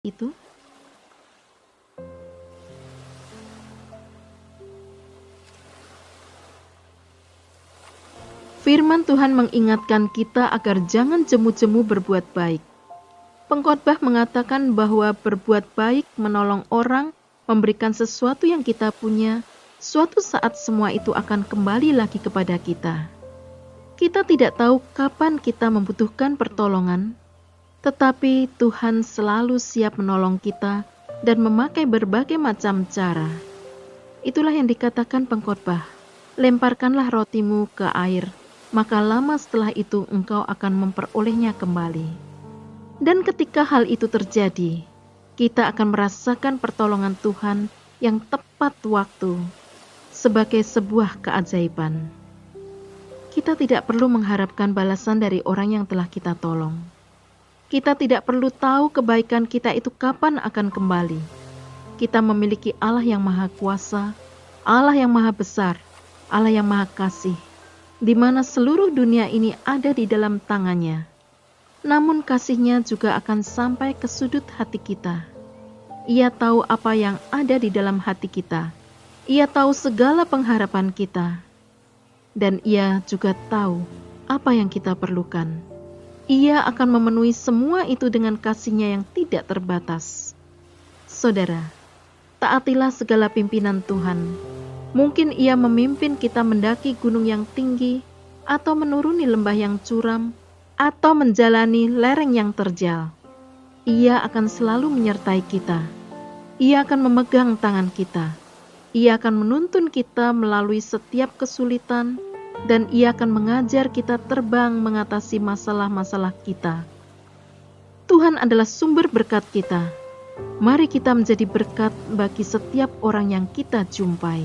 itu? Firman Tuhan mengingatkan kita agar jangan jemu-jemu berbuat baik. Pengkhotbah mengatakan bahwa berbuat baik, menolong orang, memberikan sesuatu yang kita punya, suatu saat semua itu akan kembali lagi kepada kita. Kita tidak tahu kapan kita membutuhkan pertolongan, tetapi Tuhan selalu siap menolong kita dan memakai berbagai macam cara. Itulah yang dikatakan pengkhotbah, lemparkanlah rotimu ke air, maka lama setelah itu engkau akan memperolehnya kembali. Dan ketika hal itu terjadi, kita akan merasakan pertolongan Tuhan yang tepat waktu sebagai sebuah keajaiban. Kita tidak perlu mengharapkan balasan dari orang yang telah kita tolong. Kita tidak perlu tahu kebaikan kita itu kapan akan kembali. Kita memiliki Allah yang Maha Kuasa, Allah yang Maha Besar, Allah yang Maha Kasih, di mana seluruh dunia ini ada di dalam tangannya. Namun kasih-Nya juga akan sampai ke sudut hati kita. Ia tahu apa yang ada di dalam hati kita. Ia tahu segala pengharapan kita. Dan Ia juga tahu apa yang kita perlukan. Ia akan memenuhi semua itu dengan kasih-Nya yang tidak terbatas. Saudara, taatilah segala pimpinan Tuhan. Mungkin Ia memimpin kita mendaki gunung yang tinggi, atau menuruni lembah yang curam, atau menjalani lereng yang terjal. Ia akan selalu menyertai kita. Ia akan memegang tangan kita. Ia akan menuntun kita melalui setiap kesulitan, dan Ia akan mengajar kita terbang mengatasi masalah-masalah kita. Tuhan adalah sumber berkat kita. Mari kita menjadi berkat bagi setiap orang yang kita jumpai.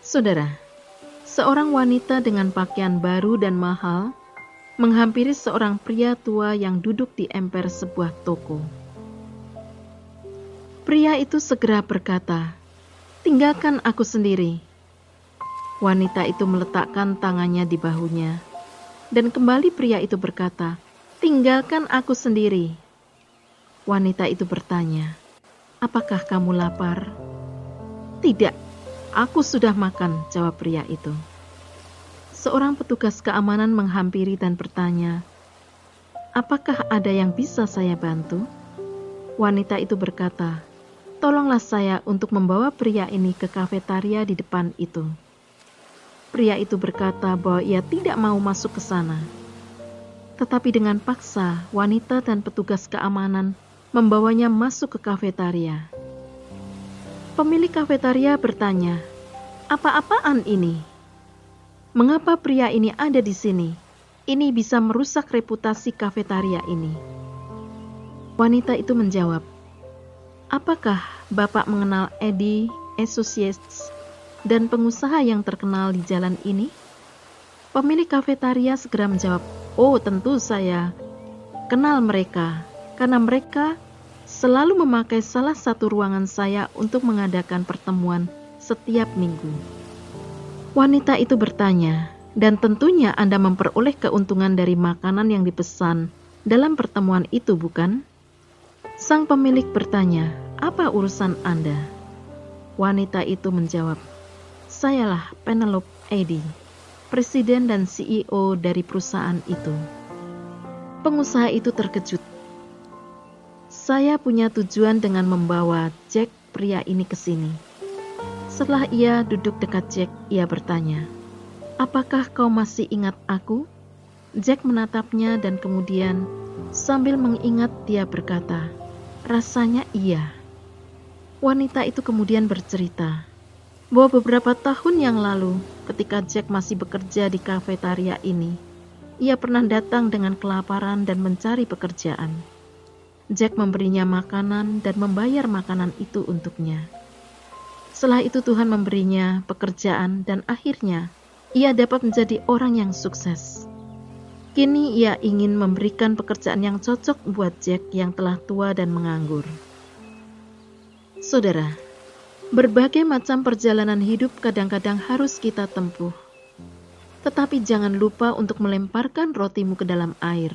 Saudara, seorang wanita dengan pakaian baru dan mahal menghampiri seorang pria tua yang duduk di emper sebuah toko. Pria itu segera berkata, "Tinggalkan aku sendiri." Wanita itu meletakkan tangannya di bahunya, dan kembali pria itu berkata, "Tinggalkan aku sendiri." Wanita itu bertanya, "Apakah kamu lapar?" "Tidak, aku sudah makan," jawab pria itu. Seorang petugas keamanan menghampiri dan bertanya, "Apakah ada yang bisa saya bantu?" Wanita itu berkata, "Tolonglah saya untuk membawa pria ini ke kafetaria di depan itu." Pria itu berkata bahwa ia tidak mau masuk ke sana. Tetapi dengan paksa, wanita dan petugas keamanan membawanya masuk ke kafetaria. Pemilik kafetaria bertanya, "Apa-apaan ini? Mengapa pria ini ada di sini? Ini bisa merusak reputasi kafetaria ini." Wanita itu menjawab, "Apakah Bapak mengenal Eddy Associates dan pengusaha yang terkenal di jalan ini?" Pemilik kafetaria segera menjawab, "Oh, tentu saya kenal mereka, karena mereka selalu memakai salah satu ruangan saya untuk mengadakan pertemuan setiap minggu." Wanita itu bertanya, "Dan tentunya Anda memperoleh keuntungan dari makanan yang dipesan dalam pertemuan itu, bukan?" Sang pemilik bertanya, "Apa urusan Anda?" Wanita itu menjawab, "Sayalah Penelope Eddy, presiden dan CEO dari perusahaan itu." Pengusaha itu terkejut. "Saya punya tujuan dengan membawa Jack pria ini ke sini." Setelah ia duduk dekat Jack, ia bertanya, "Apakah kau masih ingat aku?" Jack menatapnya dan kemudian sambil mengingat dia berkata, "Rasanya iya." Wanita itu kemudian bercerita bahwa beberapa tahun yang lalu ketika Jack masih bekerja di kafetaria ini, ia pernah datang dengan kelaparan dan mencari pekerjaan. Jack memberinya makanan dan membayar makanan itu untuknya. Setelah itu Tuhan memberinya pekerjaan dan akhirnya ia dapat menjadi orang yang sukses. Kini ia ingin memberikan pekerjaan yang cocok buat Jack yang telah tua dan menganggur. Saudara, berbagai macam perjalanan hidup kadang-kadang harus kita tempuh. Tetapi jangan lupa untuk melemparkan rotimu ke dalam air.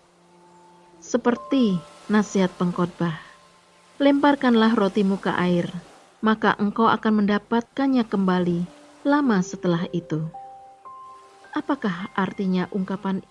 Seperti nasihat pengkhotbah, lemparkanlah rotimu ke air, maka engkau akan mendapatkannya kembali lama setelah itu. Apakah artinya ungkapan